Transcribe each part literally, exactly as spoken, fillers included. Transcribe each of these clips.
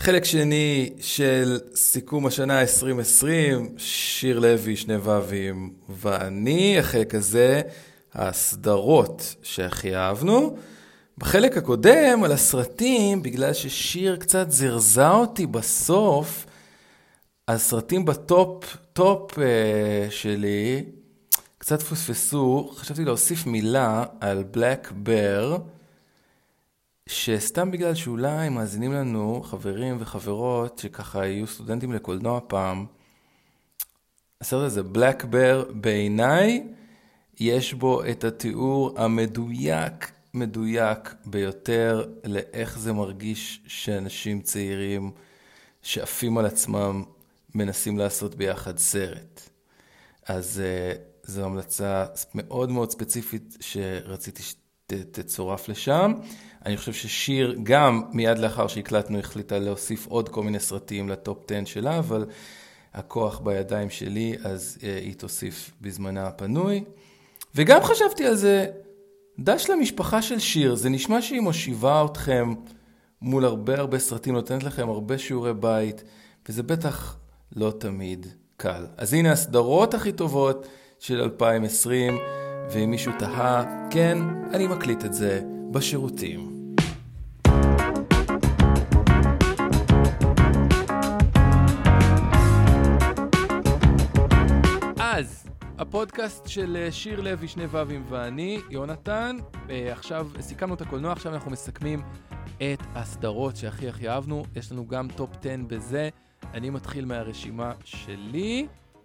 חלק שני של סיכום השנה עשרים עשרים, שיר לוי, שני ובים ואני. החלק הזה, הסדרות שהכי אהבנו. בחלק הקודם על הסרטים, בגלל ששיר קצת זרזה אותי בסוף, הסרטים בטופ טופ uh, שלי קצת פוספסו. חשבתי להוסיף מילה על בלק בר, שסתם בגלל שאולי מאזינים לנו חברים וחברות שככה יהיו סטודנטים לקולנוע פעם. הסרט הזה, בלק בר, בעיניי יש בו את התיאור המדויק, מדויק ביותר לאיך זה מרגיש שאנשים צעירים שעפים על עצמם מנסים לעשות ביחד סרט. אז uh, זו המלצה מאוד מאוד ספציפית שרציתי שתצורף לשם. אני חושב ששיר גם מיד לאחר שהקלטנו החליטה להוסיף עוד כל מיני סרטים לטופ עשר שלה, אבל הכוח בידיים שלי, אז uh, היא תוסיף בזמנה הפנוי. וגם חשבתי על זה, דש למשפחה של שיר, זה נשמע שהיא מושיבה אתכם מול הרבה הרבה סרטים, נותנת לכם הרבה שיעורי בית, וזה בטח לא תמיד קל. אז הנה הסדרות הכי טובות של אלפיים עשרים, ואם מישהו תהה, כן, אני מקליט את זה בשירותים. אז, הפודקאסט של שיר לוי, שני ובים ואני, יונתן, עכשיו סיכמנו את הקולנוע, עכשיו אנחנו מסכמים את הסדרות שהכי הכי אהבנו. יש לנו גם טופ עשר בזה. אני מתחיל מהרשימה שלי,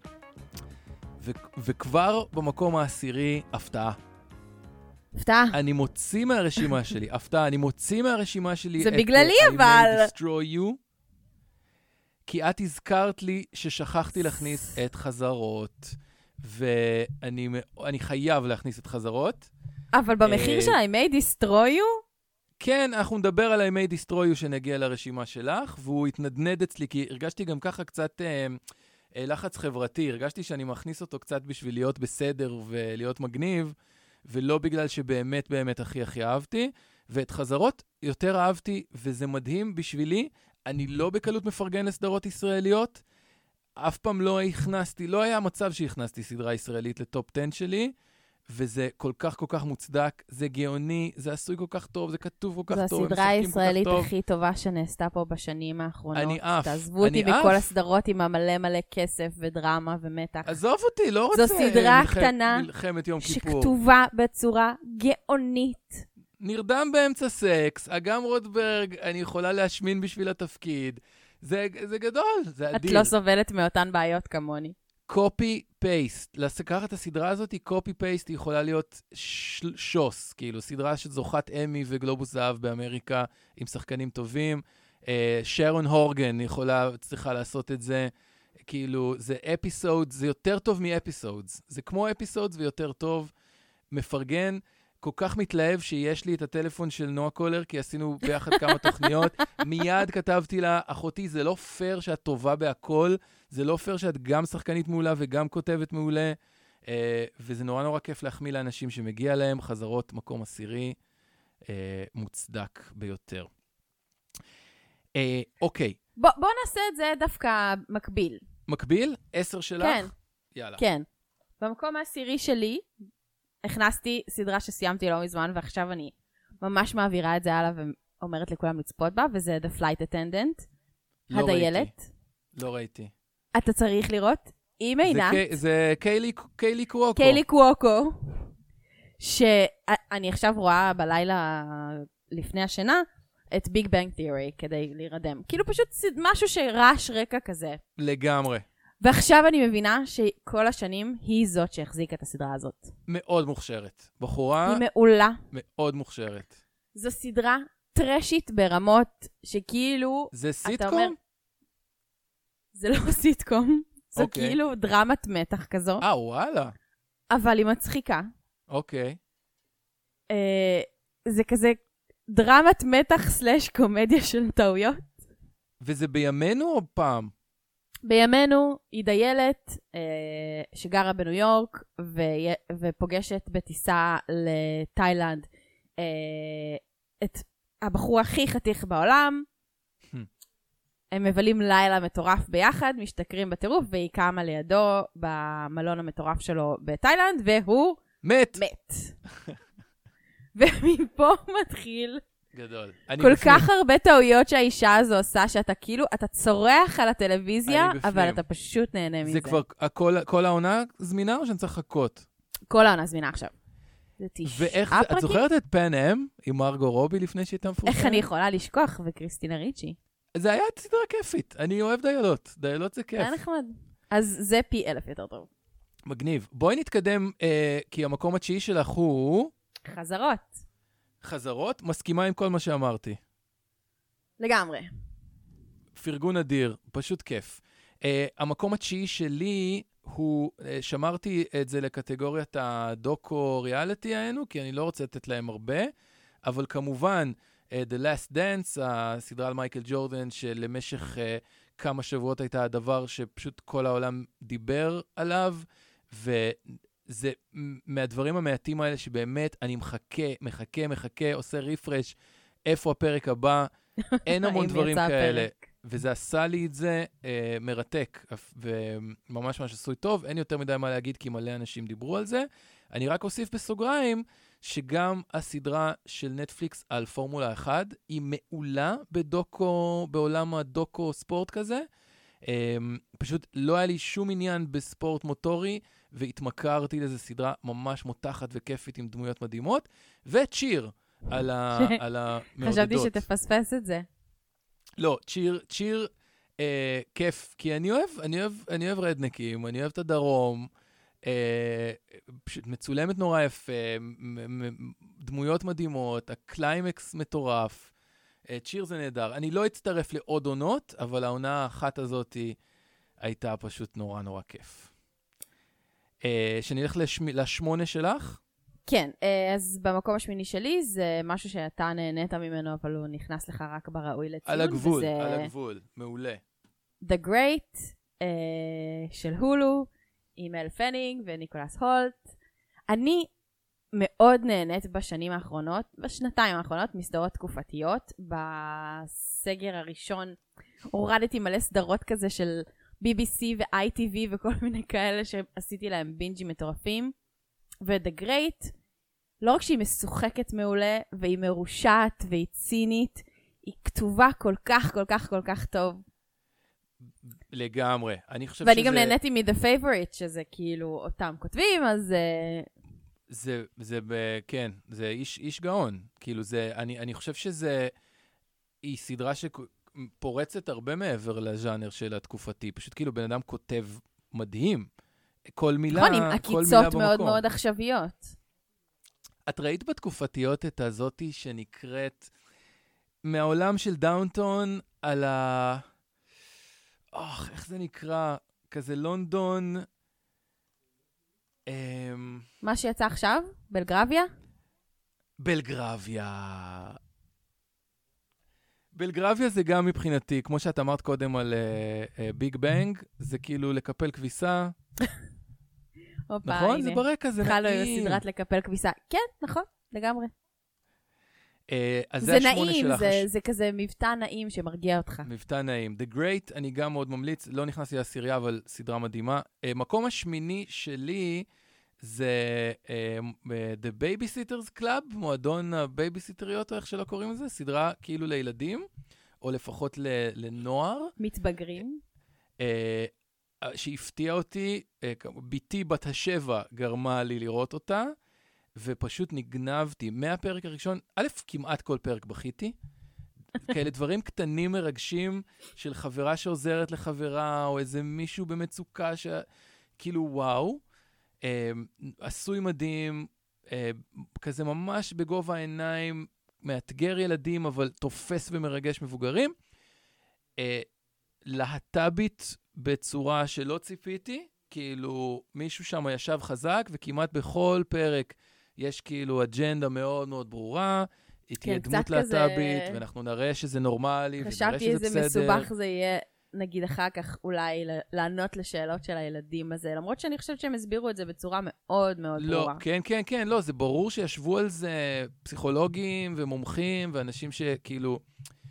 ו- וכבר במקום העשירי, הפתעה. הפתעה. אני מוציא מהרשימה שלי, הפתעה, אני מוציא מהרשימה שלי זה את בגללי I אבל. May Destroy You, כי את הזכרת לי ששכחתי להכניס את חזרות, ואני אני חייב להכניס את חזרות. אבל במחיר של I May Destroy You? כן, אנחנו נדבר על I May Destroy You שנגיע לרשימה שלך, והוא התנדנד אצלי, כי הרגשתי גם ככה קצת אה, אה, לחץ חברתי, הרגשתי שאני מכניס אותו קצת בשביל להיות בסדר ולהיות מגניב, ולא בגלל שבאמת באמת הכי הכי אהבתי, ואת חזרות יותר אהבתי, וזה מדהים בשבילי. אני לא בקלות מפרגן לסדרות ישראליות, אף פעם לא הכנסתי, לא היה מצב שהכנסתי סדרה ישראלית לטופ עשר שלי, וזה כל כך כל כך מוצדק, זה גאוני, זה עשוי כל כך טוב, זה כתוב כל כך טוב, זו הסדרה הישראלית הכי טובה שנעשתה פה בשנים האחרונות. אני אף, תעזבו אותי בכל הסדרות עם המלא מלא כסף ודרמה ומתח. עזוב אותי, לא רוצה זו סדרה קטנה מלחמת יום כיפור. שכתובה בצורה גאונית. נרדם באמצע סקס, אגם רוטברג, אני יכולה להשמין בשביל התפקיד. זה, זה גדול, זה אדיר. את לא סובלת מאותן בעיות כמוני. קופי פייסט, לקחת את הסדרה הזאת, קופי פייסט היא יכולה להיות ש- שוס, כאילו סדרה שזוכת אמי וגלובוס זהב באמריקה עם שחקנים טובים. אה, שרון הורגן יכולה, צריכה לעשות את זה, כאילו זה אפיסוד, זה יותר טוב מאפיסודס, זה כמו אפיסודס ויותר טוב. מפרגן, כל כך מתלהב שיש לי את הטלפון של נועה קולר, כי עשינו ביחד כמה תוכניות. מיד כתבתי לה, אחותי, זה לא פייר שאת טובה בהכל, זה לא פייר שאת גם שחקנית מעולה וגם כותבת מעולה, אה, וזה נורא נורא כיף להחמיא לאנשים שמגיע להם. חזרות מקום עשירי, אה, מוצדק ביותר. אה, אוקיי. בוא, בוא נעשה את זה דווקא מקביל. מקביל? עשר שלך? כן. יאללה. כן. במקום העשירי שלי, הכנסתי סדרה שסיימתי לא מזמן, ועכשיו אני ממש מעבירה את זה הלאה ואומרת לכולם לצפות בה, וזה The Flight Attendant, לא הדיילת. ראיתי. לא ראיתי. אתה צריך לראות, עם עינת. זה, זה קיילי, קיילי קווקו. קיילי קווקו, שאני עכשיו רואה בלילה לפני השינה, את Big Bang Theory כדי להירדם. כאילו פשוט משהו שרעש רקע כזה. לגמרי. ועכשיו אני מבינה שכל השנים היא זאת שהחזיקה את הסדרה הזאת. מאוד מוכשרת. בחורה... היא מעולה. מאוד מוכשרת. זו סדרה טרשית ברמות שכאילו... זה סיטקום? אומר, זה לא סיטקום. זו אוקיי. כאילו דרמת מתח כזו. אה, וואלה. אבל היא מצחיקה. אוקיי. אה, זה כזה דרמת מתח סלש קומדיה של טעויות. וזה בימינו או פעם? בימינו היא דיילת אה, שגרה בניו יורק ו- ופוגשת בטיסה לתאילנד אה, את הבחור הכי חתיך בעולם, הם מבלים לילה מטורף ביחד, משתכרים בטירוף, והיא קמה לידו במלון המטורף שלו בתאילנד, והוא מת. מת. ומפה מתחיל גדול. כל כך הרבה טעויות שהאישה הזו עושה, שאתה כאילו, אתה צורח על הטלוויזיה, אבל אתה פשוט נהנה מזה. זה כבר, כל העונה זמינה או שאני צריך לחכות? כל העונה זמינה עכשיו. זה תשעה פרקים. את זוכרת את פן אם עם מרגו רובי לפני שהייתה מפורסמת? איך אני יכולה לשכוח? וקריסטינה ריצ'י. זה היה סדרה כיפית. אני אוהב דיילות. דיילות זה כיף. היה נחמד. אז זה פי אלף יותר טוב. מגניב. בואי נתקדם, אה, כי המקום התשיעי שלך הוא... חזרות. חזרות? מסכימה עם כל מה שאמרתי. לגמרי. פרגון אדיר. פשוט כיף. אה, המקום התשיעי שלי הוא... אה, שמרתי את זה לקטגוריית הדוקו ריאליטי האלו, כי אני לא רוצה לתת להם הרבה, אבל כמובן... Uh, The Last Dance, הסדרה על מייקל ג'ורדן, שלמשך uh, כמה שבועות הייתה הדבר שפשוט כל העולם דיבר עליו, וזה מהדברים המעטים האלה שבאמת אני מחכה, מחכה, מחכה, עושה ריפרש, איפה הפרק הבא, אין המון דברים כאלה. הפרק. וזה עשה לי את זה uh, מרתק, וממש ממש עשוי טוב, אין יותר מדי מה להגיד, כי מלא אנשים דיברו על זה. אני רק אוסיף בסוגריים, שגם הסדרה של נטפליקס על פורמולה אחת, היא מעולה בדוקו, בעולם הדוקו ספורט כזה. פשוט לא היה לי שום עניין בספורט מוטורי, והתמכרתי לזה סדרה ממש מותחת וכיפית עם דמויות מדהימות, וצ'יר על, ה, על המעודדות. חשבתי שתפספס את זה. לא, צ'יר, צ'יר אה, כיף, כי אני אוהב, אני אוהב, אני אוהב רדנקים, אני אוהב את הדרום, פשוט מצולמת נורא יפה, דמויות מדהימות, הקליימקס מטורף, צ'יר זה נהדר. אני לא אצטרף לעוד עונות, אבל העונה האחת הזאת הייתה פשוט נורא נורא כיף. שנלך לשמונה שלך? כן, אז במקום השמיני שלי זה משהו שאתה נהנית ממנו, אבל הוא נכנס לך רק בראוי לציון. על הגבול, על הגבול, מעולה. The Great של הולו, עם אל פנינג וניקולס הולט. אני מאוד נהנית בשנים האחרונות, בשנתיים האחרונות, מסדרות תקופתיות. בסגר הראשון הורדתי מלא סדרות כזה של בי בי סי ו-איי טי וי וכל מיני כאלה שעשיתי להם בינג'ים מטורפים. ו-The Great, לא רק שהיא משוחקת מעולה, והיא מרושעת והיא צינית, היא כתובה כל כך כל כך כל כך טוב. לגמרי. אני חושב ואני שזה... גם נהניתי מ-The Favorite, שזה כאילו אותם כותבים, אז... זה, זה, ב... כן, זה איש, איש גאון. כאילו זה, אני, אני חושב שזה, היא סדרה שפורצת הרבה מעבר לז'אנר של התקופתי. פשוט כאילו בן אדם כותב מדהים. כל מילה, נכון, עם עקיצות מאוד במקום. מאוד עכשוויות. את ראית בתקופתיות את הזאתי שנקראת מהעולם של דאונטון על ה... אוח, איך זה נקרא? כזה לונדון... אמ... מה שיצא עכשיו? בלגרביה? בלגרביה. בלגרביה זה גם מבחינתי, כמו שאת אמרת קודם על ביג uh, בנג, uh, זה כאילו לקפל כביסה. אופה, נכון? הנה. זה ברקע, זה נעים. נעים. התחלנו סדרת לקפל כביסה. כן, נכון, לגמרי. Uh, אז זה, זה נעים, שלך. זה, זה כזה מבטא נעים שמרגיע אותך. מבטא נעים. The Great, אני גם מאוד ממליץ, לא נכנסתי לעשירייה, אבל סדרה מדהימה. Uh, מקום השמיני שלי זה uh, The Babysitters Club, מועדון הבייביסיטריות, או איך שלא קוראים לזה, סדרה כאילו לילדים, או לפחות לנוער. מתבגרים. Uh, שהפתיע אותי, uh, ביתי בת השבע גרמה לי לראות אותה, ופשוט נגנבתי מהפרק הראשון, א', כמעט כל פרק בכיתי, כאלה דברים קטנים מרגשים של חברה שעוזרת לחברה, או איזה מישהו במצוקה ש... כאילו וואו, אה, עשוי מדהים, אה, כזה ממש בגובה העיניים, מאתגר ילדים, אבל תופס ומרגש מבוגרים, אה, להט"בית בצורה שלא ציפיתי, כאילו מישהו שם ישב חזק, וכמעט בכל פרק יש כאילו אג'נדה מאוד מאוד ברורה, היא תהיה דמות להט"בית, ואנחנו נראה שזה נורמלי, ונראה שזה בסדר. חשבתי איזה מסובך זה יהיה, נגיד אחר כך אולי לענות לשאלות של הילדים הזה, למרות שאני חושבת שהם הסבירו את זה בצורה מאוד מאוד ברורה. לא, כן, כן, כן, לא, זה ברור שישבו על זה פסיכולוגים ומומחים, ואנשים שכאילו,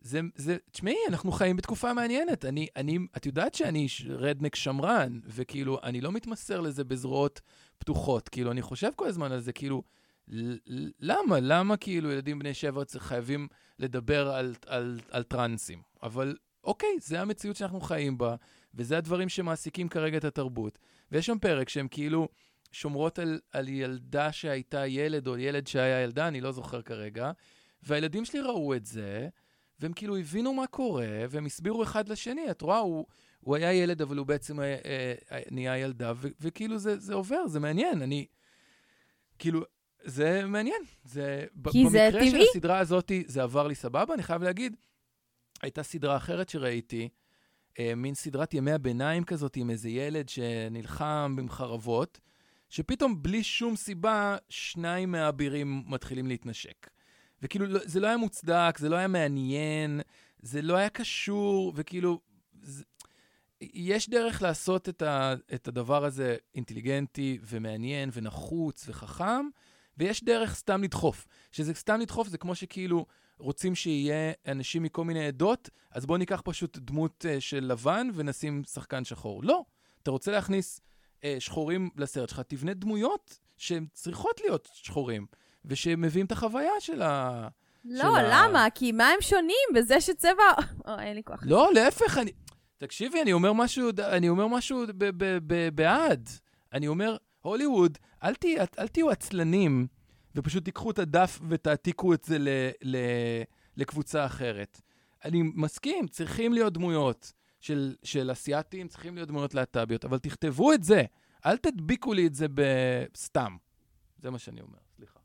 זה, זה, תשמעי, אנחנו חיים בתקופה מעניינת. אני, אני, את יודעת שאני רדנק שמרן, וכאילו, אני לא מתמסר לזה בזרועות פתוחות. כאילו, אני חושב כל הזמן על זה, כאילו, למה? למה כאילו ילדים בני שבע חייבים לדבר על, על, על טרנסים? אבל אוקיי, זה המציאות שאנחנו חיים בה, וזה הדברים שמעסיקים כרגע את התרבות. ויש שם פרק שהם כאילו שומרות על, על ילדה שהייתה ילד, או ילד שהיה ילדה, אני לא זוכר כרגע, והילדים שלי ראו את זה, והם כאילו הבינו מה קורה, והם הסבירו אחד לשני. את רואה, הוא, הוא היה ילד, אבל הוא בעצם היה, היה, נהיה ילדה, ו, וכאילו זה, זה עובר, זה מעניין. אני, כאילו, זה מעניין. זה, כי זה במקרה טבעי. של הסדרה הזאת, זה עבר לי סבבה. אני חייב להגיד, הייתה סדרה אחרת שראיתי, אה, מין סדרת ימי הביניים כזאת, עם איזה ילד שנלחם במחרבות, שפתאום בלי שום סיבה, שניים מהאבירים מתחילים להתנשק. וכאילו, זה לא היה מוצדק, זה לא היה מעניין, זה לא היה קשור, וכאילו, זה, יש דרך לעשות את, ה, את הדבר הזה אינטליגנטי ומעניין ונחוץ וחכם, ויש דרך סתם לדחוף. שזה סתם לדחוף, זה כמו שכאילו רוצים שיהיה אנשים מכל מיני עדות, אז בוא ניקח פשוט דמות uh, של לבן ונשים שחקן שחור. לא, אתה רוצה להכניס uh, שחורים לסרט שלך, תבנה דמויות שהן צריכות להיות שחורים. ושמביאים את החוויה של ה... לא, למה? כי מה הם שונים בזה שצבע... או, אין לי כוח. לא, להפך, אני... תקשיבי, אני אומר משהו, אני אומר משהו בעד. אני אומר, הוליווד, אל תהיו עצלנים, ופשוט תיקחו את הדף ותעתיקו את זה לקבוצה אחרת. אני מסכים, צריכים להיות דמויות של אסיאטים, צריכים להיות דמויות להט"ביות, אבל תכתבו את זה. אל תדביקו לי את זה בסתם. זה מה שאני אומר, סליחה.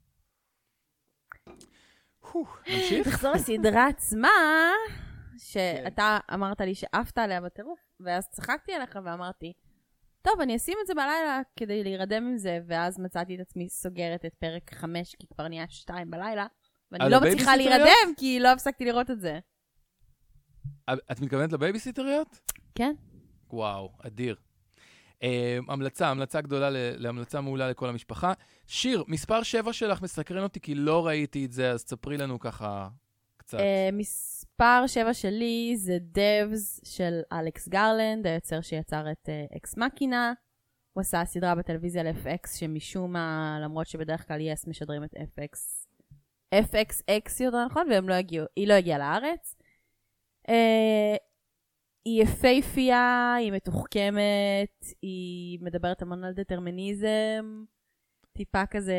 נמשיך? תחזור לסדרה עצמה, שאתה אמרת לי שאהבת עליה בטירוף, ואז צחקתי עליך ואמרתי, טוב, אני אשים את זה בלילה כדי להירדם עם זה, ואז מצאתי את עצמי סוגרת את פרק חמש, כי כבר נהיה שתיים בלילה, ואני לא מצליחה להירדם, כי לא הפסקתי לראות את זה. את מתכוונת לבייביסיטריות? כן. וואו, אדיר. המלצה, המלצה גדולה, להמלצה מעולה לכל המשפחה. שיר, מספר שבע שלך מסקרן אותי, כי לא ראיתי את זה, אז תספרי לנו ככה קצת. מספר שבע שלי זה דבס של אלכס גרלנד, היוצר שיצר את אקס מקינה. הוא עשה סדרה בטלוויזיה ל-אף אקס, שמשום מה, למרות שבדרך כלל יס משדרים את אף אקס, אף אקס אקס יותר נכון, והיא לא הגיעה, לא הגיעה לארץ. היא יפהפייה, היא מתוחכמת, היא מדברת המון על דטרמיניזם, טיפה כזה...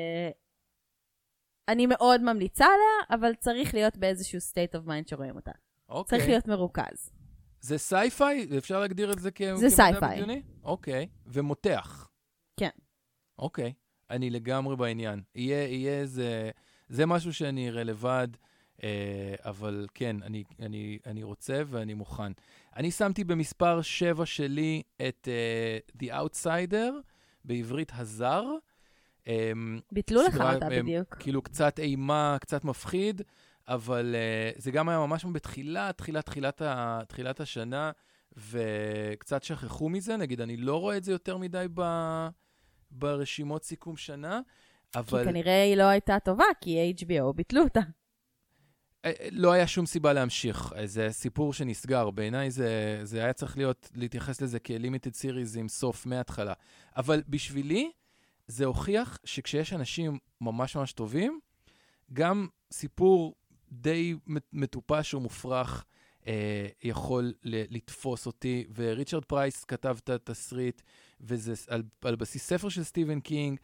אני מאוד ממליצה עליה, אבל צריך להיות באיזשהו state of mind שרואים אותה. אוקיי. צריך להיות מרוכז. זה סייפיי? אפשר להגדיר את זה כמדע בדיוני? זה סייפיי. אוקיי. ומותח. כן. אוקיי. אני לגמרי בעניין. יהיה, יהיה איזה... זה משהו שאני אראה לבד, אבל כן, אני, אני, אני רוצה ואני מוכן. אני שמתי במספר שבע שלי את uh, The Outsider, בעברית הזר. Um, ביטלו לך אותה um, בדיוק. כאילו קצת אימה, קצת מפחיד, אבל uh, זה גם היה ממש בתחילה, תחילת, תחילת, ה, תחילת השנה, וקצת שכחו מזה. נגיד, אני לא רואה את זה יותר מדי ב, ברשימות סיכום שנה, אבל... כי כנראה היא לא הייתה טובה, כי אייץ' בי או ביטלו אותה. לא היה שום סיבה להמשיך. זה סיפור שנסגר. בעיניי זה, זה היה צריך להיות, להתייחס לזה כ-limited series עם סוף מההתחלה. אבל בשבילי, זה הוכיח שכשיש אנשים ממש ממש טובים, גם סיפור די מטופש או מופרך אה, יכול לתפוס אותי. וריצ'רד פרייס כתב את התסריט, וזה על, על בסיס ספר של סטיבן קינג,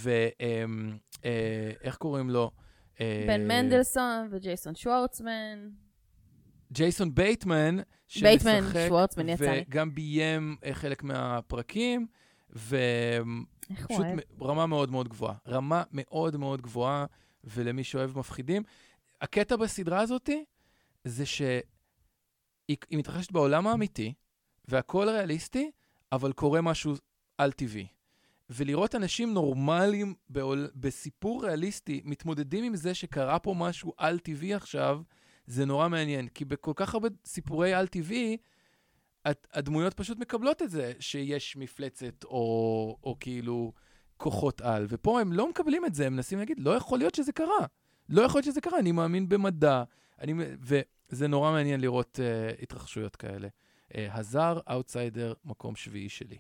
ואיך קוראים לו? בן מנדלסון וג'ייסון שוורצמן. ג'ייסון בייטמן, בייטמן, שוורצמן יצא לי. וגם ביים חלק מהפרקים, ופשוט רמה מאוד מאוד גבוהה. רמה מאוד מאוד גבוהה, ולמי שאוהב מפחידים. הקטע בסדרה הזאת, זה שהיא מתרחשת בעולם האמיתי, והכל ריאליסטי, אבל קורה משהו על טבעי. ולראות אנשים נורמליים בעול, בסיפור ריאליסטי, מתמודדים עם זה שקרה פה משהו על טבעי עכשיו, זה נורא מעניין. כי בכל כך הרבה סיפורי על טבעי, הדמויות פשוט מקבלות את זה, שיש מפלצת או, או כאילו כוחות על. ופה הם לא מקבלים את זה, הם מנסים להגיד, לא יכול להיות שזה קרה. לא יכול להיות שזה קרה, אני מאמין במדע, אני, וזה נורא מעניין לראות uh, התרחשויות כאלה. Uh, הזר, אאוטסיידר, מקום שביעי שלי.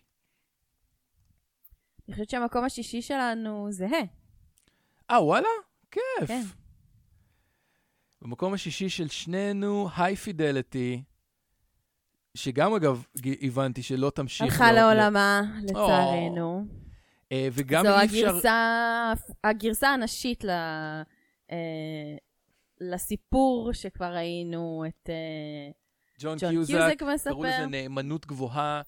אני חושבת שהמקום השישי שלנו זהה. אה, וואלה? כיף. כן. במקום השישי של שנינו, היי פידליטי, שגם אגב הבנתי שלא תמשיך. הלכה לעולמה, לצערנו. וגם זו אי אפשר... הגרסה הנשית לסיפור שכבר ראינו את ג'ון קיוזק קיוזק מספר. קראו לזה נאמנות גבוהה,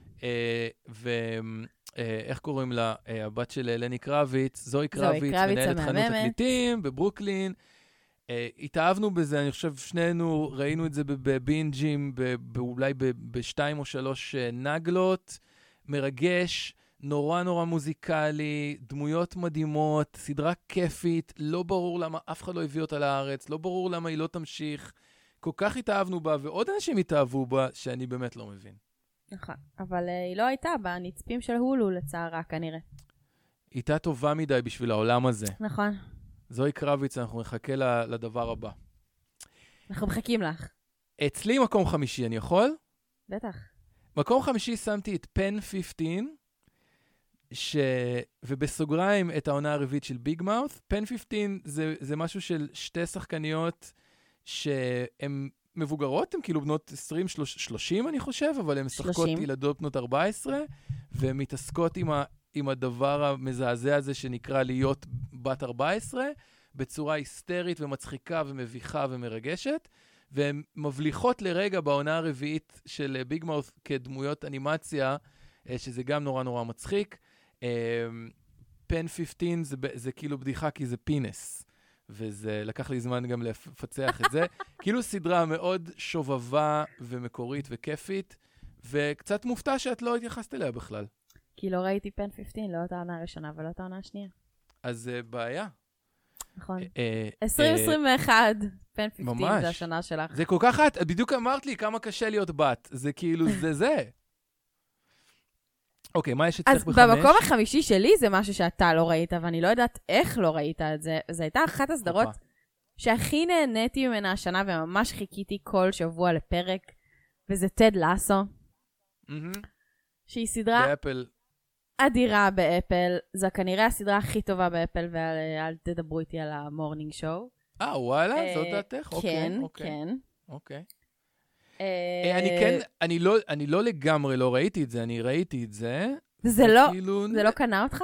ואיך קוראים לה? הבת של לני קרביץ, זוהי קרביץ, מנהלת חנות תקליטים בברוקלין. התאהבנו בזה, אני חושב שנינו ראינו את זה בבינג'ים, אולי בשתיים או שלוש נגלות, מרגש, נורא נורא מוזיקלי, דמויות מדהימות, סדרה כיפית, לא ברור למה אף אחד לא הביא אותה לארץ, לא ברור למה היא לא תמשיך, כל כך התאהבנו בה, ועוד אנשים התאהבו בה, שאני באמת לא מבין. נכון, אבל היא לא הייתה בנצפים של הולו לצערה כנראה. היא הייתה טובה מדי בשביל העולם הזה. נכון. זוהי קרביץ, אנחנו נחכה לדבר הבא. אנחנו מחכים לך. אצלי מקום חמישי, אני יכול? בטח. מקום חמישי שמתי את פן חמש עשרה, ש... ובסוגריים את העונה הרביעית של ביג מאות'. פן חמש עשרה זה, זה משהו של שתי שחקניות שהן מבוגרות, הן כאילו בנות עשרים שלושים אני חושב, אבל הן משחקות ילדות בנות ארבע עשרה, והן מתעסקות עם, ה... עם הדבר המזעזע הזה שנקרא להיות בת ארבע עשרה, בצורה היסטרית ומצחיקה ומביכה ומרגשת, והן מבליחות לרגע בעונה הרביעית של ביג מאות' כדמויות אנימציה, שזה גם נורא נורא מצחיק. פן חמש עשרה זה, זה כאילו בדיחה כי זה פינס, וזה לקח לי זמן גם לפצח את זה. כאילו סדרה מאוד שובבה ומקורית וכיפית, וקצת מופתע שאת לא התייחסת אליה בכלל. כי לא ראיתי פן חמש עשרה, לא את העונה הראשונה ולא את העונה השנייה. אז זה בעיה. נכון. עשרים עשרים ואחת, פן חמש עשרה ממש. זה השנה שלך. זה כל כך את, בדיוק אמרת לי כמה קשה להיות בת. זה כאילו, זה זה. אוקיי, מה יש אצלך בחמש? אז במקום החמישי שלי זה משהו שאתה לא ראית, ואני לא יודעת איך לא ראית את זה. זו הייתה אחת הסדרות שהכי נהניתי ממנה השנה, וממש חיכיתי כל שבוע לפרק, וזה טד לאסו. שהיא סדרה באפל. אדירה באפל. זו כנראה הסדרה הכי טובה באפל, ואל תדברו איתי על המורנינג שואו. אה, וואלה? זאת דעתך? כן, כן. אוקיי. אני כן, אני לא, אני לא לגמרי לא ראיתי את זה, אני ראיתי את זה. זה לא, זה לא קנה אותך?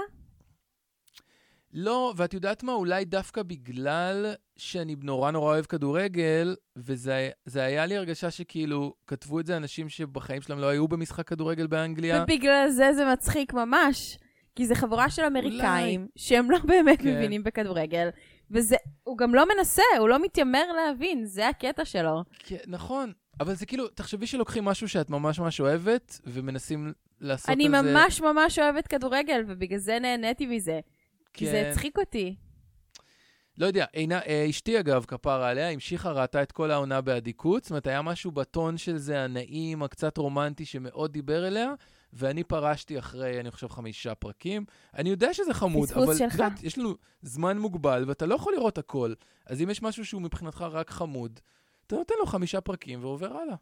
לא, ואת יודעת מה, אולי דווקא בגלל שאני נורא נורא אוהב כדורגל, וזה היה לי הרגשה שכאילו כתבו את זה אנשים שבחיים שלהם לא היו במשחק כדורגל באנגליה. ובגלל זה זה מצחיק ממש, כי זה חבורה של אמריקאים, אולי. שהם לא באמת כן. מבינים בכדורגל, וזה, הוא גם לא מנסה, הוא לא מתיימר להבין, זה הקטע שלו. כן, נכון. אבל זה כאילו, תחשבי שלוקחים משהו שאת ממש ממש אוהבת, ומנסים לעשות אני על זה... אני ממש ממש אוהבת כדורגל, ובגלל זה נהניתי מזה. כי כן. זה הצחיק אותי. לא יודע, אינה, אשתי אגב, כפרה עליה, המשיכה, ראתה את כל העונה באדיקות, זאת אומרת, היה משהו בטון של זה, הנעים, הקצת רומנטי, שמאוד דיבר אליה, ואני פרשתי אחרי, אני חושב, חמישה פרקים. אני יודע שזה חמוד, אבל יודעת, יש לנו זמן מוגבל, ואתה לא יכול לראות הכל. אז אם יש משהו שהוא מבחינתך רק חמוד, אתה נותן לו חמישה פרקים ועובר הלאה.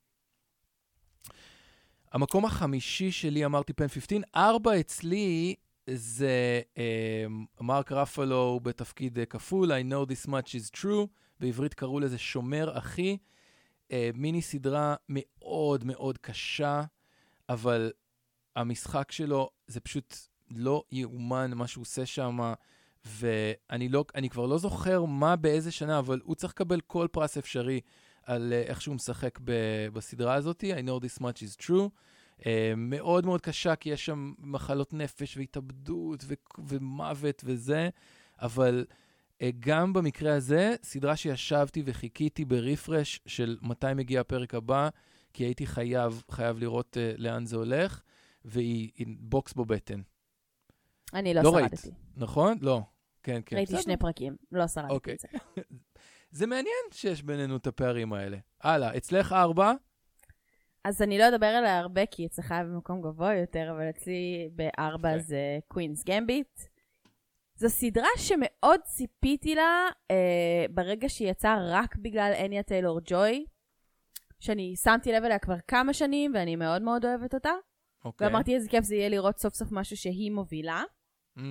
המקום החמישי שלי, אמרתי פן חמש עשרה, ארבע אצלי זה אה, מרק רפלו בתפקיד אה, כפול, I know this much is true, בעברית קראו לזה שומר אחי, אה, מיני סדרה מאוד מאוד קשה, אבל המשחק שלו זה פשוט לא יאומן מה שהוא עושה שם, ואני לא, אני כבר לא זוכר מה באיזה שנה, אבל הוא צריך לקבל כל פרס אפשרי על uh, איך שהוא משחק ב- בסדרה הזאת. I know this much is true. Uh, מאוד מאוד קשה, כי יש שם מחלות נפש והתאבדות ו- ומוות וזה, אבל uh, גם במקרה הזה, סדרה שישבתי וחיכיתי בריפרש של מתי מגיע הפרק הבא, כי הייתי חייב, חייב לראות uh, לאן זה הולך, והיא בוקס בו בטן. אני לא, לא שרדתי. ראית, נכון? לא. כן, כן. ראיתי שני פרקים, לא שרדתי אוקיי. את זה. זה מעניין שיש בינינו את הפערים האלה. הלאה, אצלך ארבע? אז אני לא אדבר עליה הרבה, כי אצלך במקום גבוה יותר, אבל אצלי בארבע זה קווינס גמביט. זו סדרה שמאוד ציפיתי לה אה, ברגע שהיא יצאה רק בגלל אניה טיילור ג'וי, שאני שמתי לב אליה כבר כמה שנים, ואני מאוד מאוד אוהבת אותה. אוקיי. ואמרתי איזה כיף זה יהיה לראות סוף סוף משהו שהיא מובילה. Mm.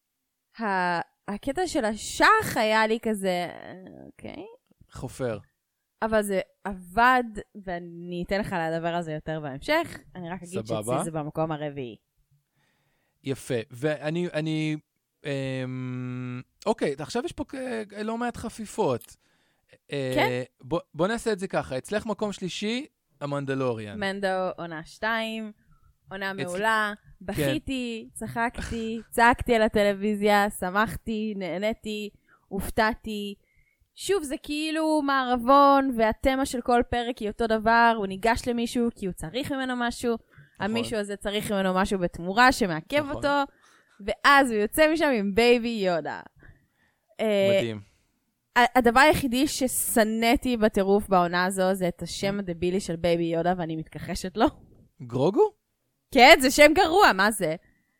הקטע של השח היה לי כזה, אוקיי. חופר. אבל זה עבד, ואני אתן לך לדבר על זה יותר בהמשך. אני רק אגיד שאצלי זה במקום הרביעי. יפה. ואני, אני, אמ, אוקיי, עכשיו יש פה לא מעט חפיפות. כן. בוא, בוא נעשה את זה ככה. אצלך מקום שלישי, המנדלוריאן. מנדו, עונה שתיים, עונה מעולה, בכיתי, צחקתי, צעקתי על הטלוויזיה, שמחתי, נהניתי, הופתעתי. שוב, זה כאילו מערבון, והתמה של כל פרק היא אותו דבר, הוא ניגש למישהו כי הוא צריך ממנו משהו, המישהו הזה צריך ממנו משהו בתמורה שמעכב אותו, ואז הוא יוצא משם עם בייבי יודה. מדהים. הדבר היחידי שסנאתי בטירוף בעונה הזו, זה את השם הדבילי של בייבי יודה, ואני מתכחשת לו. גרוגו? כן, זה שם גרוע, מה זה?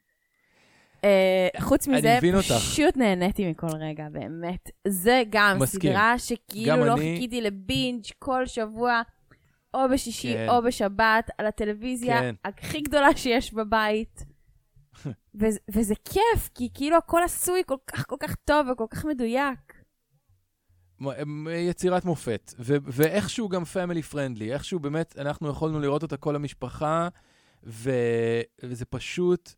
חוץ מזה, פשוט נהניתי מכל רגע, באמת. זה גם סדרה שכאילו לא חיכיתי לבינג' כל שבוע, או בשישי או בשבת, על הטלוויזיה הכי גדולה שיש בבית. וזה כיף, כי כאילו הכל עשוי כל כך כל כך טוב וכל כך מדויק. יצירת מופת, ואיכשהו גם פמילי פרנדלי, איכשהו באמת אנחנו יכולנו לראות אותה כל המשפחה, וזה פשוט,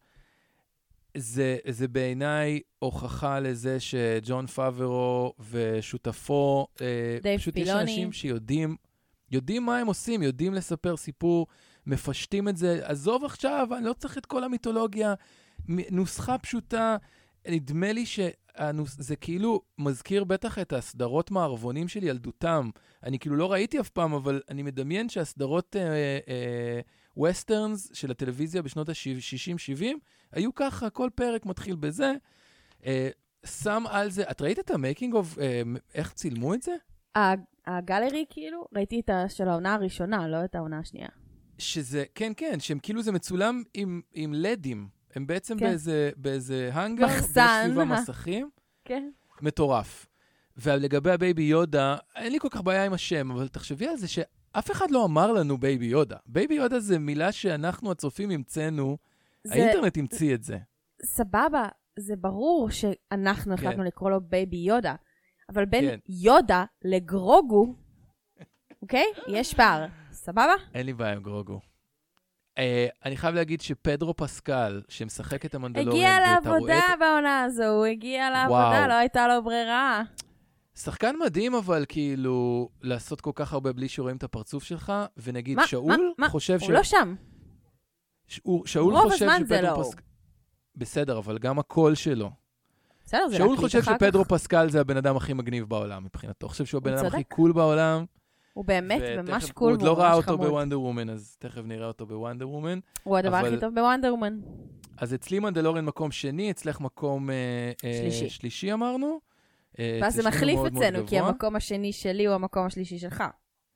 זה, זה בעיניי הוכחה לזה שג'ון פאברו ושותפו, פשוט יש אנשים שיודעים, יודעים מה הם עושים, יודעים לספר סיפור, מפשטים את זה, עזוב עכשיו, אני לא צריך את כל המיתולוגיה, נוסחה פשוטה, נדמה לי שזה כאילו מזכיר בטח את הסדרות מערבונים של ילדותם. אני כאילו לא ראיתי אף פעם, אבל אני מדמיין שהסדרות אה, אה, ווסטרנס של הטלוויזיה בשנות ה-שישים שבעים, היו ככה, כל פרק מתחיל בזה. אה, שם על זה, את ראית את המייקינג אוף, אה, איך צילמו את זה? הגלרי כאילו, ראיתי את של העונה הראשונה, לא את העונה השנייה. שזה, כן, כן, שהם כאילו זה מצולם עם, עם לדים. הם בעצם כן. באיזה, באיזה הנגר, בסביב המסכים. כן. מטורף. ולגבי הבייבי יודה, אין לי כל כך בעיה עם השם, אבל תחשבי על זה שאף אחד לא אמר לנו בייבי יודה. בייבי יודה זה מילה שאנחנו הצופים המצאנו, זה... האינטרנט המציא את זה. סבבה, זה ברור שאנחנו החלטנו כן. לקרוא לו בייבי יודה, אבל בין כן. יודה לגרוגו, אוקיי? יש פער. סבבה? אין לי בעיה עם גרוגו. Uh, אני חייב להגיד שפדרו פסקל, שמשחק את המנדלוריאן, הגיע לעבודה את... בעונה הזו, הוא הגיע לעבודה, וואו. לא הייתה לו ברירה. שחקן מדהים, אבל כאילו, לעשות כל כך הרבה בלי שרואים את הפרצוף שלך, ונגיד, מה, שאול מה, חושב מה? ש... הוא לא שם. ש... שאול רוב חושב הזמן זה לא. פסק... בסדר, אבל גם הקול שלו. בסדר, זה שאול חושב שפדרו כך. פסקל זה הבן אדם הכי מגניב בעולם, מבחינתו. חושב שהוא הבן אדם הכי קול בעולם. הוא באמת ממש קול. הוא עוד לא ראה אותו בוונדר וומן, אז תכף נראה אותו בוונדר וומן. הוא הדבר הכי טוב בוונדר וומן. אז אצלי מנדלוריאן מקום שני, אצלך מקום שלישי אמרנו. ואז זה מחליף אצלנו, כי המקום השני שלי הוא המקום השלישי שלך.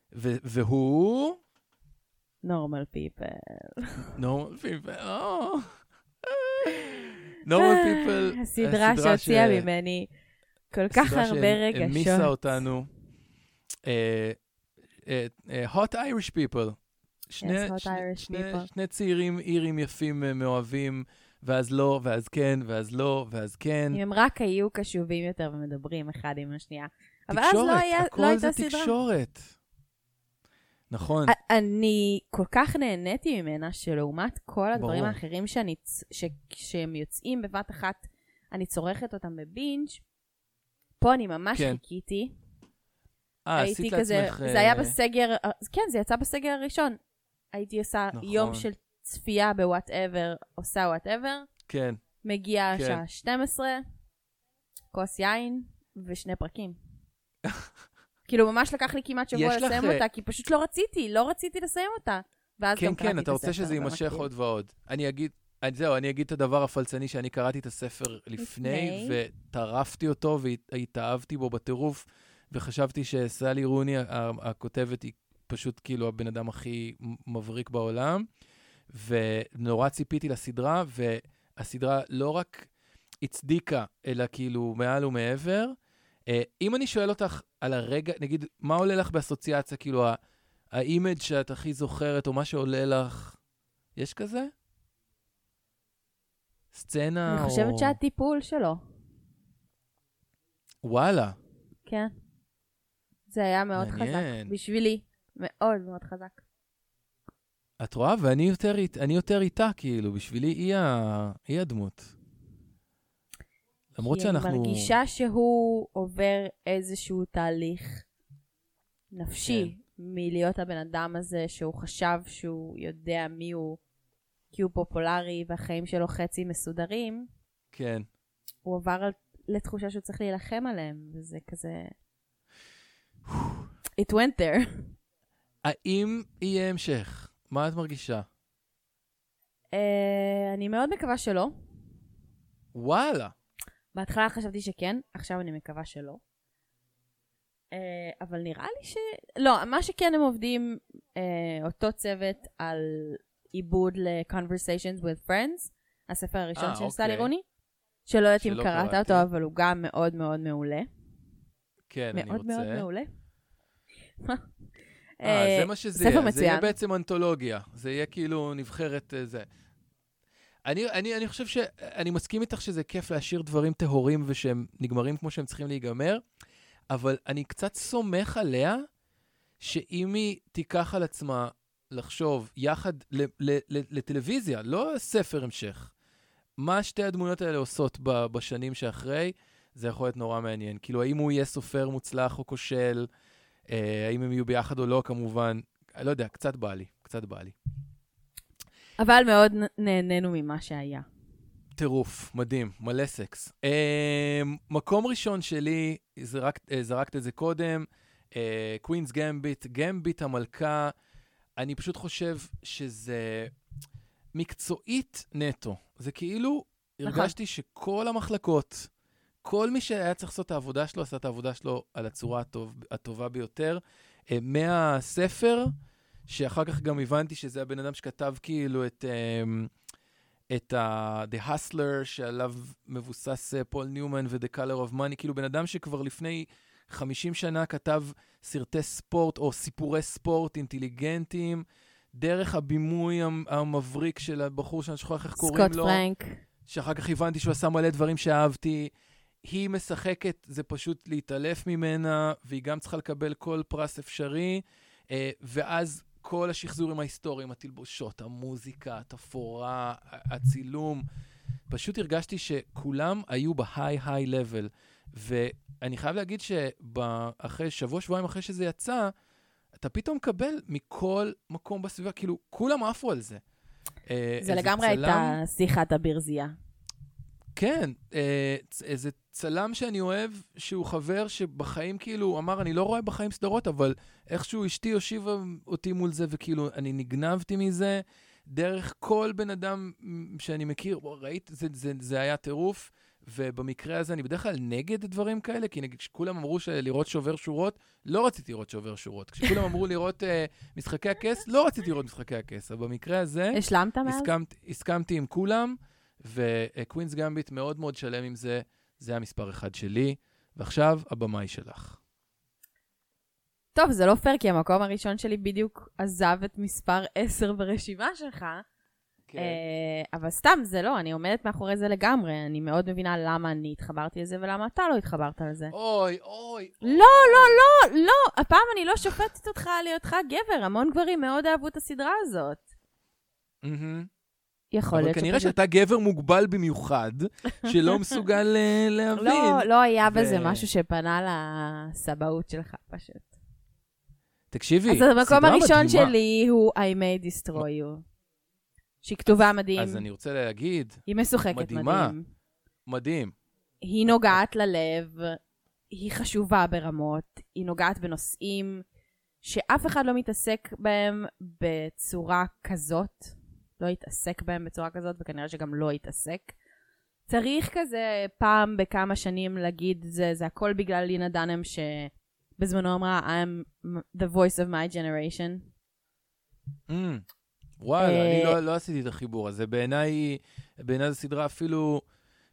והוא? נורמל פיפל. נורמל פיפל, או. נורמל פיפל. הסדרה שהוציאה ממני כל כך הרבה רגשות. המיסה אותנו. hot Irish people. שני, yes, hot Irish שני, people. שני צעירים אירים יפים מאוהבים, ואז לא, ואז כן, ואז לא, ואז כן. אם הם רק היו קשובים יותר ומדברים אחד עם השנייה. תקשורת, אבל אז לא היה, הכל לא זה סדרה. תקשורת. נכון. אני כל כך נהניתי ממנה, שלעומת כל הדברים ברור. האחרים שאני, ש, שהם יוצאים בבת אחת, אני צורכת אותם בבינג'. פה אני ממש כן. חיכיתי. אה, עשית לעצמך... זה היה בסגר, כן, זה יצא בסגר הראשון. הייתי עושה נכון. יום של צפייה בוואטאבר, עושה וואטאבר. כן. מגיעה כן. שעה שתים עשרה, כוס יין ושני פרקים. כאילו ממש לקח לי כמעט שבוע לסיים לך... אותה, כי פשוט לא רציתי, לא רציתי לסיים אותה. ואז כן, גם כן, אתה רוצה שזה יימשך עוד ועוד. אני אגיד, זהו, אני אגיד את הדבר הפלצני שאני קראתי את הספר לפני, וטרפתי אותו והתאהבתי בו בטירוף. וחשבתי שסלי רוני, הכותבת, היא פשוט כאילו הבן אדם הכי מבריק בעולם, ונורא ציפיתי לסדרה, והסדרה לא רק, הצדיקה, אלא כאילו מעל ומעבר. אה, אם אני שואל אותך על הרגע, נגיד, מה עולה לך באסוציאציה, כאילו, האימג' שאת הכי זוכרת, או מה שעולה לך, יש כזה? סצנה או... אני חושבת שהטיפול שלו. וואלה. כן. זה היה מאוד מעניין. חזק. בשבילי. מאוד מאוד חזק. את רואה? ואני יותר, אני יותר איתה, כאילו, בשבילי היא, ה... היא הדמות. למרות שאנחנו... כי אני מרגישה שהוא עובר איזשהו תהליך נפשי כן. מלהיות הבן אדם הזה שהוא חשב שהוא יודע מי הוא, כי הוא פופולרי והחיים שלו חצי מסודרים. כן. הוא עבר על... לתחושה שהוא צריך להילחם עליהם, וזה כזה... It went there. האם יהיה המשך? מה את מרגישה? Uh, אני מאוד מקווה שלא. וואלה. בהתחלה חשבתי שכן, עכשיו אני מקווה שלא. Uh, אבל נראה לי ש... לא, מה שכן הם עובדים, uh, אותו צוות על עיבוד ל-Conversations with Friends, הספר הראשון של סלי רוני, שלא יודעת אם קראת אותו, אבל הוא גם מאוד מאוד מעולה. כן, אני רוצה. מאוד מאוד מעולה. אה, זה מה שזה יהיה. זה יהיה בעצם אנתולוגיה. זה יהיה כאילו נבחרת זה. אני, אני, אני חושב שאני מסכים איתך שזה כיף להשאיר דברים טהורים ושהם נגמרים כמו שהם צריכים להיגמר, אבל אני קצת סומך עליה שאם היא תיקח על עצמה לחשוב יחד לטלוויזיה, לא ספר המשך, מה שתי הדמויות האלה עושות בשנים שאחרי, זה יכול להיות נורא מעניין. כאילו, האם הוא יהיה סופר מוצלח או כושל, אה, האם הם יהיו ביחד או לא, כמובן, לא יודע, קצת בא לי, קצת בא לי. אבל מאוד נהנינו ממה שהיה. טירוף, מדהים, מלא סקס. אה, מקום ראשון שלי, זרק, זרקת את זה קודם, קווינס גמביט, גמביט המלכה, אני פשוט חושב שזה מקצועית נטו. זה כאילו, הרגשתי שכל המחלקות, כל מי שהיה צריך לעשות את העבודה שלו, עשה את העבודה שלו על הצורה הטוב, הטובה ביותר. מהספר, שאחר כך גם הבנתי שזה הבן אדם שכתב כאילו את, את ה- The Hustler, שעליו מבוסס פול ניומן ו-The Color of Money, כאילו בן אדם שכבר לפני חמישים שנה כתב סרטי ספורט, או סיפורי ספורט אינטליגנטיים, דרך הבימוי המבריק של הבחור שאני שוכח איך קוראים לו. סקוט פרנק. שאחר כך הבנתי שהוא עשה מלא דברים שאהבתי. היא משחקת, זה פשוט להתעלף ממנה, והיא גם צריכה לקבל כל פרס אפשרי, ואז כל השחזורים ההיסטוריים, התלבושות, המוזיקה, התפאורה, הצילום, פשוט הרגשתי שכולם היו בהיי-היי לבל, ואני חייב להגיד שאחרי שבוע, שבועיים אחרי שזה יצא, אתה פתאום מקבל מכל מקום בסביבה, כאילו, כולם עפו על זה. זה לגמרי הייתה שיחת הברזייה. כן, איזה צלם שאני אוהב, שהוא חבר שבחיים כאילו, אמר, אני לא רואה בחיים סדרות, אבל איכשהו אשתי הושיבה אותי מול זה, וכאילו, אני נגנבתי מזה, דרך כל בן אדם שאני מכיר, ראית, זה, זה, זה היה טירוף, ובמקרה הזה אני בדרך כלל נגד דברים כאלה, כי נגיד, כשכולם אמרו לראות שובר שורות, לא רציתי לראות שובר שורות. כשכולם אמרו לראות uh, משחקי הכס, לא רציתי לראות משחקי הכס. אבל במקרה הזה, השלמת מאז? הסכמת, הסכמתי עם כולם, וקווינס גמביט מאוד מאוד שלם עם זה, זה המספר אחד שלי, ועכשיו הבמאי שלך. טוב, זה לא פייר, כי המקום הראשון שלי בדיוק עזב את מספר עשר ברשימה שלך, כן. אבל סתם, זה לא, אני עומדת מאחורי זה לגמרי, אני מאוד מבינה למה אני התחברתי לזה, ולמה אתה לא התחברת לזה. אוי, אוי. לא, לא, לא, לא, הפעם אני לא שופטת אותך על היותך גבר, המון גברים מאוד אהבו את הסדרה הזאת. יכול להיות אבל כנראה שאתה גבר מוגבל במיוחד, שלא מסוגל להבין. לא, לא היה בזה משהו שפנה לסבאות שלך פשוט. תקשיבי, אז המקום הראשון שלי הוא I may destroy you. שהיא כתובה מדהים. אז אני רוצה להגיד. היא משוחקת מדהים. מדהים. היא נוגעת ללב, היא חשובה ברמות, היא נוגעת בנושאים שאף אחד לא מתעסק בהם בצורה כזאת. לא יתעסק בהם בצורה כזאת, וכנראה שגם לא יתעסק. צריך כזה פעם בכמה שנים להגיד, זה, זה הכל בגלל לינה דנם שבזמנו אמרה, I'm the voice of my generation. Mm. וואלה, אני לא, לא עשיתי את החיבור הזה. בעיניי, בעיניי זו סדרה אפילו,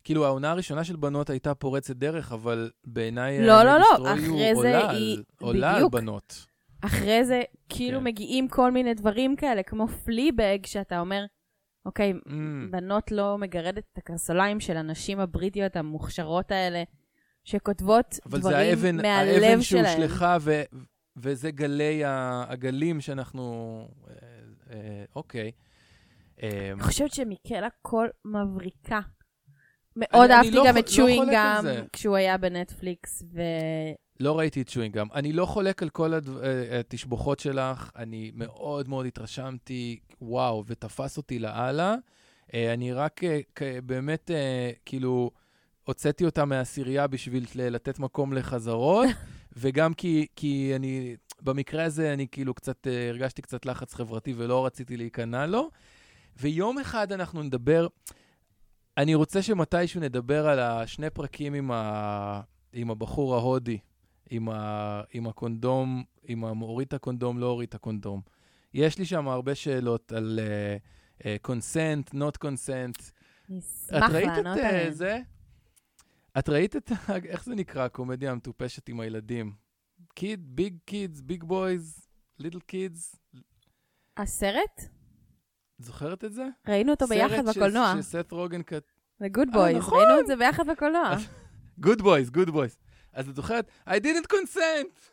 כאילו העונה הראשונה של בנות הייתה פורצת דרך, אבל בעיניי... לא, לא, לא, אחרי זה היא... עולה על בנות. אחרי זה כאילו מגיעים כל מיני דברים כאלה, כמו פליבג, שאתה אומר, אוקיי, בנות לא מגרדת את הקרסוליים של הנשים הבריטיות המוכשרות האלה, שכותבות דברים מהלב שלהם. אבל זה האבן שהושלחה, וזה גלי הגלים שאנחנו... אוקיי. אני חושבת שמיקלה קול מבריקה. מאוד אהבתי גם את צ'ווינגאם, כשהוא היה בנטפליקס, ו... לא ראיתי את צ'ווינגאם. אני לא חולק על כל התשבוכות שלך, אני מאוד מאוד התרשמתי, וואו, ותפס אותי לעלה. אני רק באמת, כאילו, הוצאתי אותה מהסירייה בשביל לתת מקום לחזרות, וגם כי, כי אני, במקרה הזה, אני כאילו קצת, הרגשתי קצת לחץ חברתי ולא רציתי להיכנע לו. ויום אחד אנחנו נדבר, אני רוצה שמתישהו נדבר על השני פרקים עם, ה, עם הבחור ההודי, עם, ה, עם הקונדום, עם הוריד את הקונדום, לא הוריד את הקונדום. יש לי שם הרבה שאלות על uh, uh, consent, not consent. נשמח לענות עליהם. זה? את ראית את, איך זה נקרא, הקומדיה המטופשת עם הילדים? Kid, big kids, big boys, little kids. הסרט? זוכרת את זה? ראינו אותו ביחד בקולנוע. סרט שסת רוגן כת... The Good Boys, נכון. ראינו את זה ביחד בקולנוע. Good Boys, Good Boys. אז את זוכרת, I didn't consent.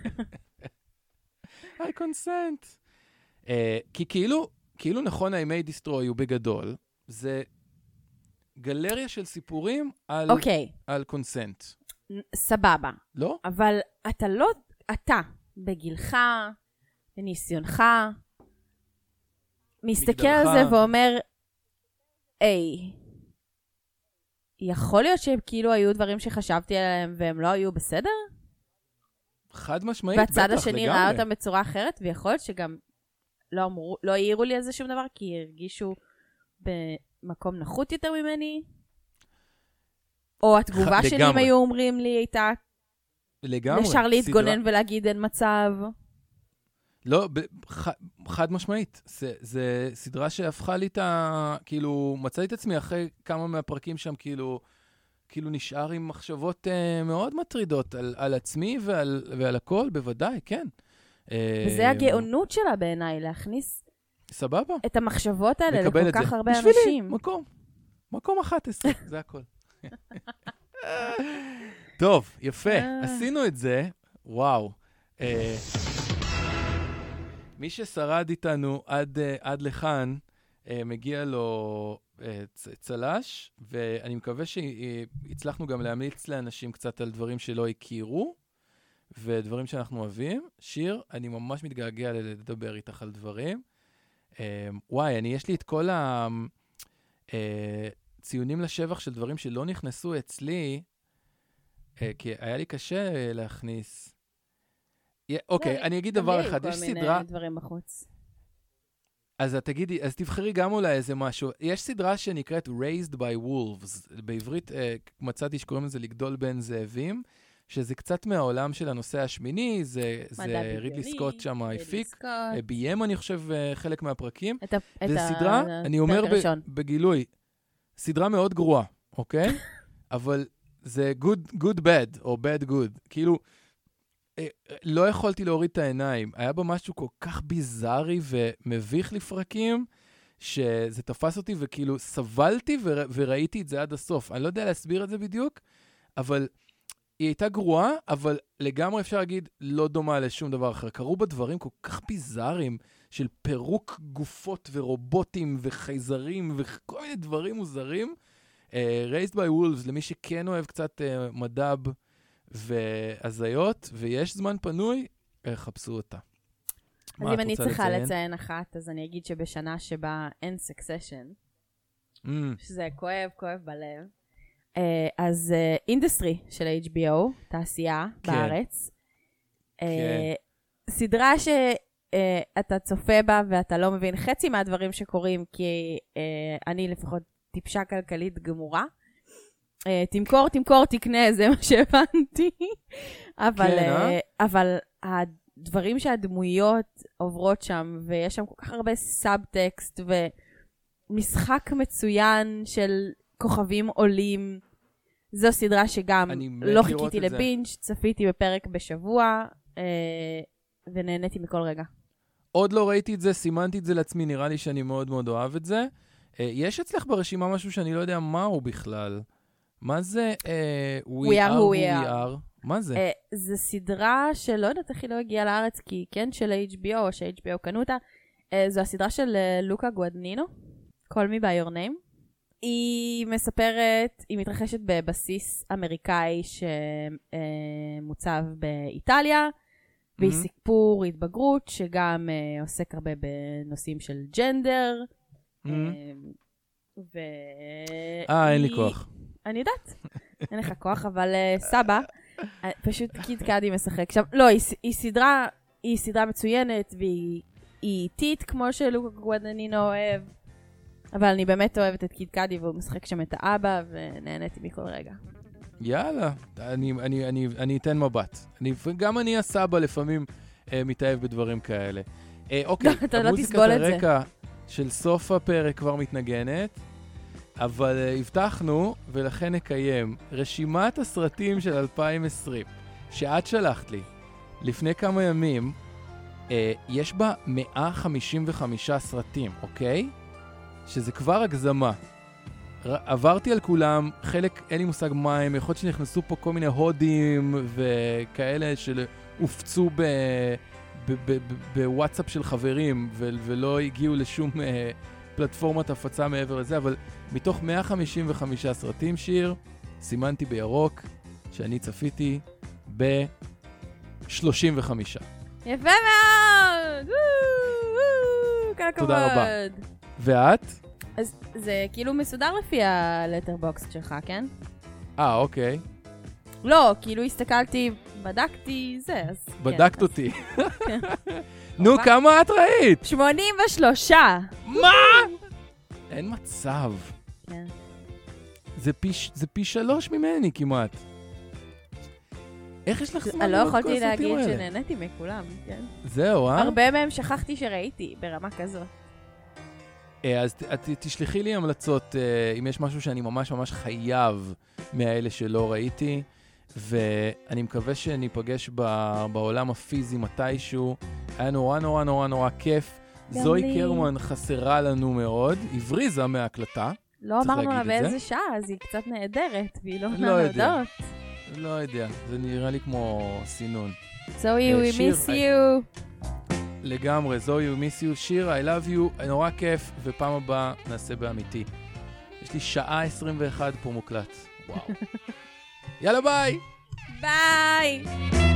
I consent. Uh, כי כאילו, כאילו נכון, I may destroy הוא בגדול, זה גלריה של סיפורים על, okay. על consent. סבבה. לא? אבל אתה לא, אתה, בגילך, בניסיונך, מסתכל על זה ואומר, היי, יכול להיות שהם כאילו היו דברים שחשבתי עליהם והם לא היו בסדר? חד משמעית, בטח, והצד השני ראה אותם בצורה אחרת, ויכול להיות שגם לא, אמרו, לא העירו לי על זה שום דבר, כי הרגישו במקום נחות יותר ממני, או התגובה ח... שלי אם היו אומרים לי הייתה לגמרי. אפשר להתגונן סדרה... ולהגיד אין מצב. לא, ח... חד משמעית. זה, זה סדרה שהפכה לי את ה... כאילו, מצאתי את עצמי אחרי כמה מהפרקים שם, כאילו, כאילו נשאר עם מחשבות uh, מאוד מטרידות על, על עצמי ועל, ועל הכל, בוודאי, כן. וזה הגאונות שלה בעיניי, להכניס סבבה. את המחשבות האלה לכל כך הרבה בשבילי, אנשים. מקום. מקום אחת עשרה, זה הכל. טוב, יפה. עשינו את זה. וואו. מי ששרד איתנו עד, עד לכאן, מגיע לו צלש, ואני מקווה שהצלחנו גם להמליץ לאנשים קצת על דברים שלא הכירו, ודברים שאנחנו אוהבים. שיר, אני ממש מתגעגע לדבר איתך על דברים. וואי, אני, יש לי את כל הציונים לשבח של דברים שלא נכנסו אצלי, כי היה לי קשה להכניס. אוקיי, אני אגיד דבר אחד, יש סדרה... כל מיני דברים בחוץ. אז תגידי, אז תבחרי גם אולי איזה משהו. יש סדרה שנקראת Raised by Wolves. בעברית מצאתי שקוראים לזה לגדול בין זאבים, שזה קצת מהעולם של הנושא השמיני, זה רידלי סקוט שם הפיק, ביים אני חושב חלק מהפרקים. זה סדרה, אני אומר בגילוי, סדרה מאוד גרועה, אוקיי? אבל זה good bad, או bad good. כאילו, לא יכולתי להוריד את העיניים. היה בה משהו כל כך ביזארי ומביך לפרקים, שזה תפס אותי וכאילו סבלתי וראיתי את זה עד הסוף. אני לא יודע להסביר את זה בדיוק, אבל היא הייתה גרועה, אבל לגמרי אפשר להגיד לא דומה לשום דבר אחר. קראו בה דברים כל כך ביזאריים של פירוק גופות ורובוטים וחייזרים וכל מיני דברים מוזרים. Uh, Raised by Wolves, למי שכן אוהב קצת uh, מדב והזיות, ויש זמן פנוי, uh, חפשו אותה. אז אם אני צריכה לציין? לציין אחת, אז אני אגיד שבשנה שבה אין סקסשן, mm. שזה כואב, כואב בלב, uh, אז אינדסטרי uh, של H B O, תעשייה כן. בארץ, uh, כן. סדרה שאתה uh, צופה בה ואתה לא מבין חצי מהדברים שקורים, כי uh, אני לפחות טיפשה כלכלית גמורה. Uh, תמכור, תמכור, תקנה, זה מה שהבנתי. אבל, כן, uh, אבל הדברים שהדמויות עוברות שם, ויש שם כל כך הרבה סאבטקסט, ומשחק מצוין של כוכבים עולים. זו סדרה שגם לא חיכיתי לבינג', צפיתי בפרק בשבוע, ונהניתי מכל רגע. עוד לא ראיתי את זה, סימנתי את זה לעצמי, נראה לי שאני מאוד מאוד אוהב את זה. יש אצלך ברשימה משהו שאני לא יודע מהו בכלל. מה זה We Are Who We Are? מה זה? זה סדרה שלא יודעת איך היא לא הגיעה לארץ, כי כן של H B O, או ש-H B O קנו אותה. זו הסדרה של לוקה גואדנינו, Call Me By Your Name. היא מספרת, היא מתרחשת בבסיס אמריקאי שמוצב באיטליה, והיא סיפור התבגרות שגם עוסק הרבה בנושאים של ג'נדר. אה, אין לי כוח. אני יודעת, אין לך כוח, אבל סבא, פשוט קיד קאדי משחק שם. לא, היא סדרה, היא סדרה מצוינת, והיא איטית כמו שלוקה גואדנינו אוהב. אבל אני באמת אוהבת את קיד קאדי, והוא משחק שם את האבא, ונהניתי מכל רגע. יאללה, אני, אני, אני, אני אתן מבט. אני, גם אני הסבא לפעמים אה, מתאהב בדברים כאלה. אה, אוקיי, אתה לא תסבול את זה. הרקע של סוף הפרק כבר מתנגנת, אבל אה, הבטחנו, ולכן נקיים, רשימת הסרטים של אלפיים עשרים, שאת שלחת לי, לפני כמה ימים, אה, יש בה מאה חמישים וחמישה סרטים, אוקיי? שזה כבר הגזמה. עברתי על כולם, חלק אין לי מושג מה הם, יכול להיות שנכנסו פה כל מיני הודים וכאלה שהופצו בוואטסאפ של חברים ולא הגיעו לשום פלטפורמת הפצה מעבר לזה, אבל מתוך מאה חמישים וחמישה סרטים, שיר, סימנתי בירוק שאני צפיתי ב-שלושים וחמישה. יפה מאוד! כל הכבוד! תודה רבה. ואת? אז זה כאילו מסודר לפי הלטרבוקס שלך, כן? אה, אוקיי. לא, כאילו הסתכלתי, בדקתי, זה, אז... בדקת אותי. נו, כמה את ראית? שמונים ושלושה. מה? אין מצב. כן. זה פי שלוש ממני כמעט. איך יש לך זמן לראות כל הסרטים האלה? לא יכולתי להגיד שנהניתי מכולם, כן? זהו, אה? הרבה מהם שכחתי שראיתי ברמה כזאת. אז תשלחי לי המלצות, אם יש משהו שאני ממש ממש חייב מהאלה שלא ראיתי, ואני מקווה שניפגש בעולם הפיזי מתישהו. היה נורא נורא נורא נורא כיף. זוהי קרמן חסרה לנו מאוד, הבריזה מההקלטה. לא אמרנו לה באיזה שעה, אז היא קצת נהדרת, והיא לא נהדות. לא יודע, זה נראה לי כמו סינון. זוהי, we miss you. לגמרי, זוהי, we miss you. שיר, I love you, נורא כיף, ופעם הבאה נעשה באמיתי. יש לי שעה עשרים ואחת פה מוקלט. וואו. יאללה, ביי! ביי!